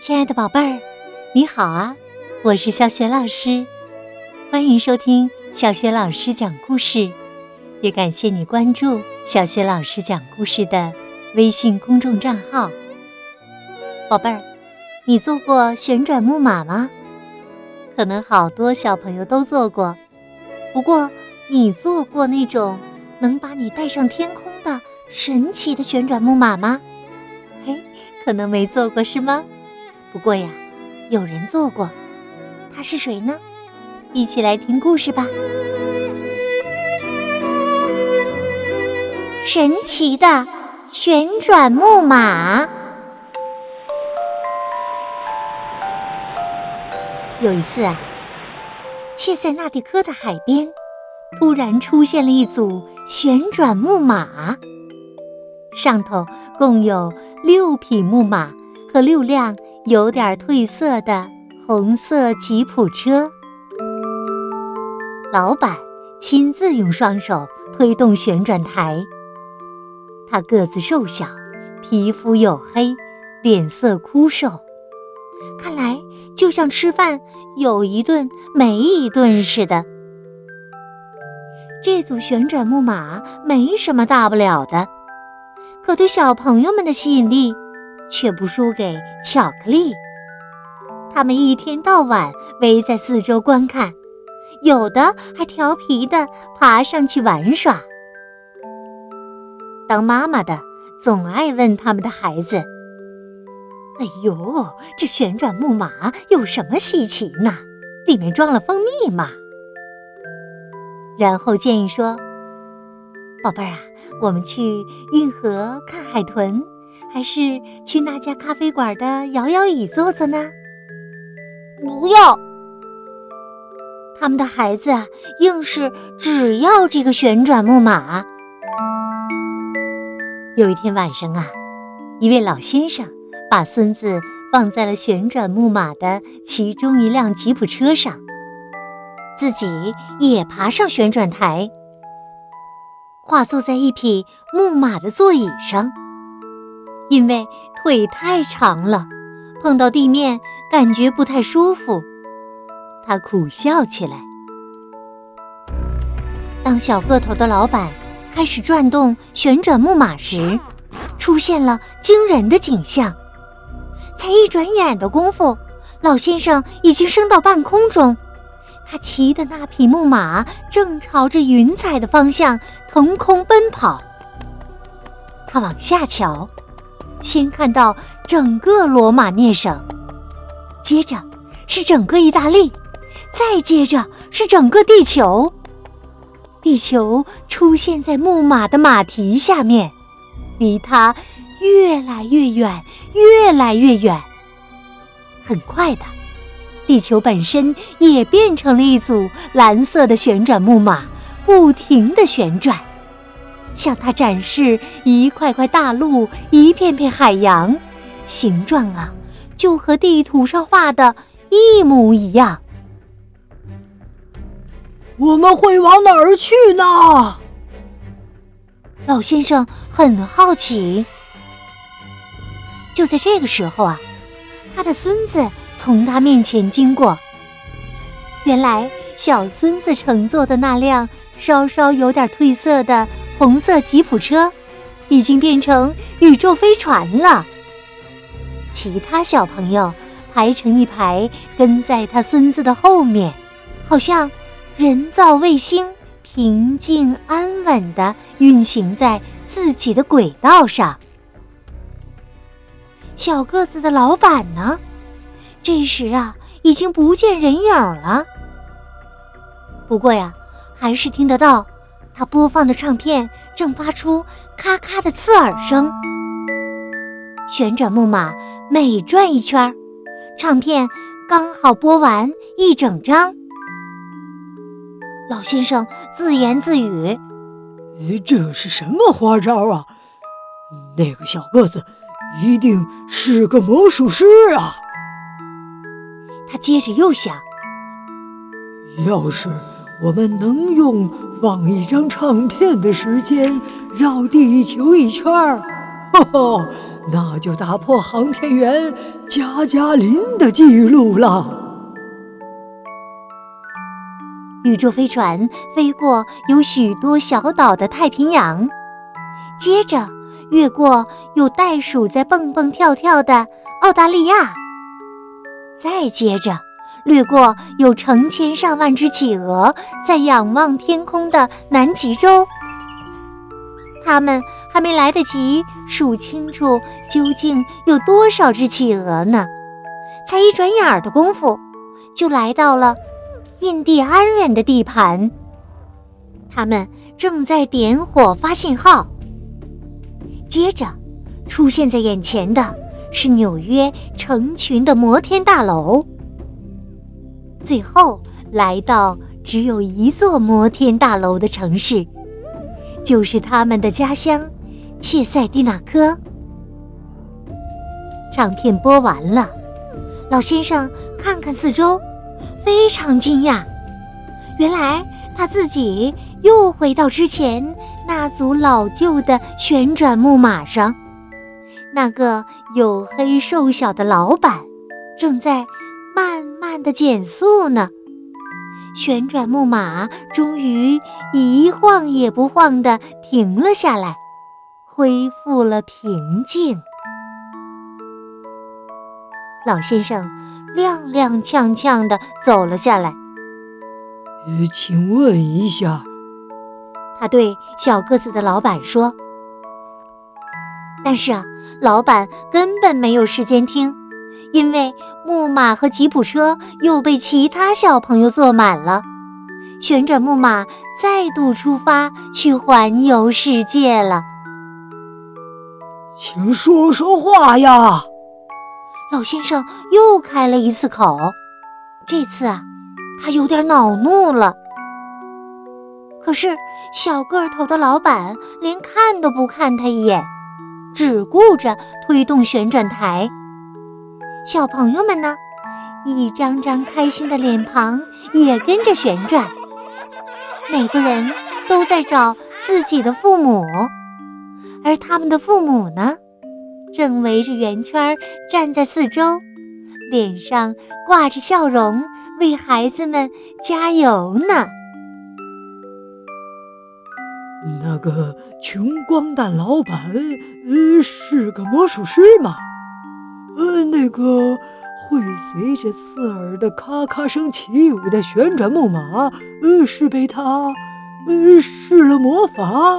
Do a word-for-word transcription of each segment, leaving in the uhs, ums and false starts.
亲爱的宝贝儿，你好啊，我是小雪老师，欢迎收听小雪老师讲故事，也感谢你关注小雪老师讲故事的微信公众账号。宝贝儿，你坐过旋转木马吗？可能好多小朋友都坐过，不过你坐过那种能把你带上天空的神奇的旋转木马吗？嘿，可能没坐过是吗？不过呀，有人坐过，他是谁呢？一起来听故事吧。神奇的旋转木马。有一次啊，切塞纳蒂科的海边突然出现了一组旋转木马，上头共有六匹木马和六辆有点褪色的红色吉普车。老板亲自用双手推动旋转台，他个子瘦小，皮肤黝黑，脸色枯瘦，看来就像吃饭有一顿没一顿似的。这组旋转木马没什么大不了的，可对小朋友们的吸引力却不输给巧克力。他们一天到晚围在四周观看，有的还调皮地爬上去玩耍。当妈妈的总爱问他们的孩子，哎呦，这旋转木马有什么稀奇呢？里面装了蜂蜜吗？然后建议说，宝贝儿啊，我们去运河看海豚，还是去那家咖啡馆的摇摇椅坐坐呢？不要！他们的孩子啊，硬是只要这个旋转木马。有一天晚上啊，一位老先生把孙子放在了旋转木马的其中一辆吉普车上，自己也爬上旋转台，跨坐在一匹木马的座椅上。因为腿太长了，碰到地面感觉不太舒服，他苦笑起来。当小个头的老板开始转动旋转木马时，出现了惊人的景象。才一转眼的功夫，老先生已经升到半空中，他骑的那匹木马正朝着云彩的方向腾空奔跑。他往下瞧，先看到整个罗马涅省，接着是整个意大利，再接着是整个地球。地球出现在木马的马蹄下面，离它越来越远，越来越远。很快的，地球本身也变成了一组蓝色的旋转木马，不停地旋转，向它展示一块块大陆，一片片海洋，形状啊，就和地图上画的一模一样。 我们会往哪儿去呢？ 老先生很好奇。就在这个时候啊，他的孙子从他面前经过。原来小孙子乘坐的那辆稍稍有点褪色的红色吉普车已经变成宇宙飞船了。其他小朋友排成一排跟在他孙子的后面，好像人造卫星平静安稳地运行在自己的轨道上。小个子的老板呢，这时啊已经不见人影了。不过呀，还是听得到他播放的唱片正发出咔咔的刺耳声。旋转木马每转一圈，唱片刚好播完一整张。老先生自言自语， 这是什么花招啊？那个小个子一定是个魔术师啊。 他接着又想， 要是我们能用放一张唱片的时间绕地球一圈， 哈哈，那就打破航天员加加林的记录了。 宇宙飞船飞过有许多小岛的太平洋，接着越过有袋鼠在蹦蹦跳跳的澳大利亚，再接着掠过有成千上万只企鹅在仰望天空的南极洲。他们还没来得及数清楚究竟有多少只企鹅呢，才一转眼儿的功夫，就来到了印第安人的地盘。他们正在点火发信号。接着出现在眼前的是纽约成群的摩天大楼，最后来到只有一座摩天大楼的城市，就是他们的家乡切塞蒂纳科。唱片播完了，老先生看看四周，非常惊讶，原来他自己又回到之前那组老旧的旋转木马上。那个黝黑瘦小的老板正在慢慢地减速呢。旋转木马终于一晃也不晃地停了下来，恢复了平静。老先生踉踉跄跄地走了下来。 呃，请问一下， 他对小个子的老板说。但是啊，老板根本没有时间听，因为木马和吉普车又被其他小朋友坐满了。旋转木马再度出发去环游世界了。 请说说话呀！ 老先生又开了一次口，这次啊，他有点恼怒了。可是小个头的老板连看都不看他一眼，只顾着推动旋转台。小朋友们呢，一张张开心的脸庞也跟着旋转，每个人都在找自己的父母，而他们的父母呢，正围着圆圈站在四周，脸上挂着笑容，为孩子们加油呢。 那个穷光蛋老板，呃，是个魔术师吗？呃，那个会随着刺耳的咔咔声起舞的旋转木马，呃，是被他，呃，施了魔法？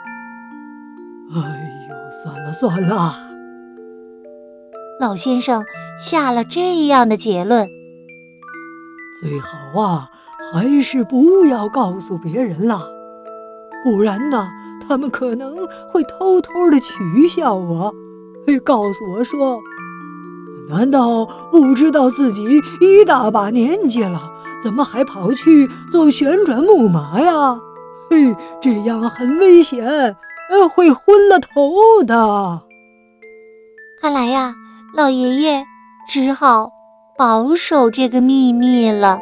哎呦，算了算了。 老先生下了这样的结论： 最好啊，还是不要告诉别人了。不然呢，他们可能会偷偷地取笑我，会告诉我说，难道不知道自己一大把年纪了，怎么还跑去做旋转木马呀？嘿，这样很危险，呃，会昏了头的。 看来呀，老爷爷只好保守这个秘密了。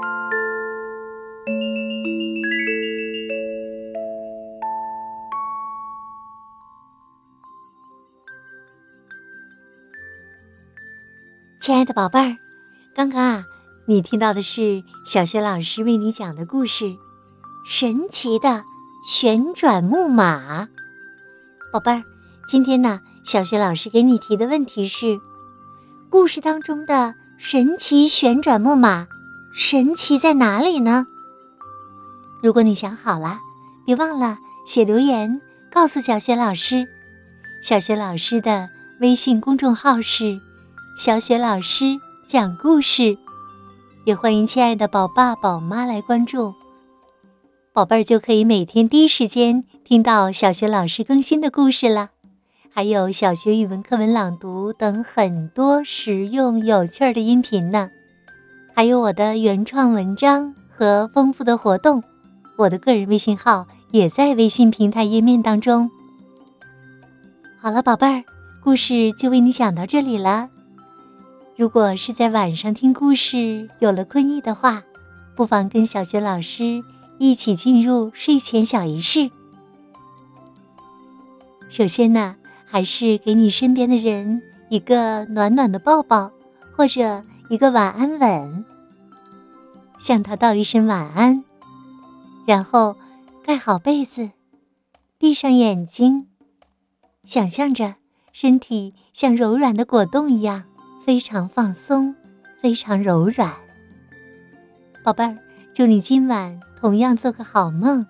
亲爱的宝贝儿，刚刚啊，你听到的是小学老师为你讲的故事《神奇的旋转木马》。宝贝儿，今天呢，小学老师给你提的问题是：故事当中的神奇旋转木马，神奇在哪里呢？如果你想好了，别忘了写留言告诉小学老师。小学老师的微信公众号是小雪老师讲故事，也欢迎亲爱的宝爸宝妈来关注，宝贝儿就可以每天第一时间听到小雪老师更新的故事了，还有小学语文课文朗读等很多实用有趣的音频呢，还有我的原创文章和丰富的活动，我的个人微信号也在微信平台页面当中。好了，宝贝儿，故事就为你讲到这里了。如果是在晚上听故事有了困意的话，不妨跟小雪老师一起进入睡前小仪式。首先呢， 还是给你身边的人一个暖暖的抱抱，或者一个晚安吻，向他道一声晚安，然后盖好被子，闭上眼睛，想象着身体像柔软的果冻一样非常放松，非常柔软。宝贝儿，祝你今晚同样做个好梦。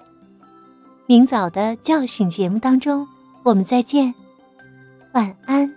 明早的叫醒节目当中，我们再见，晚安。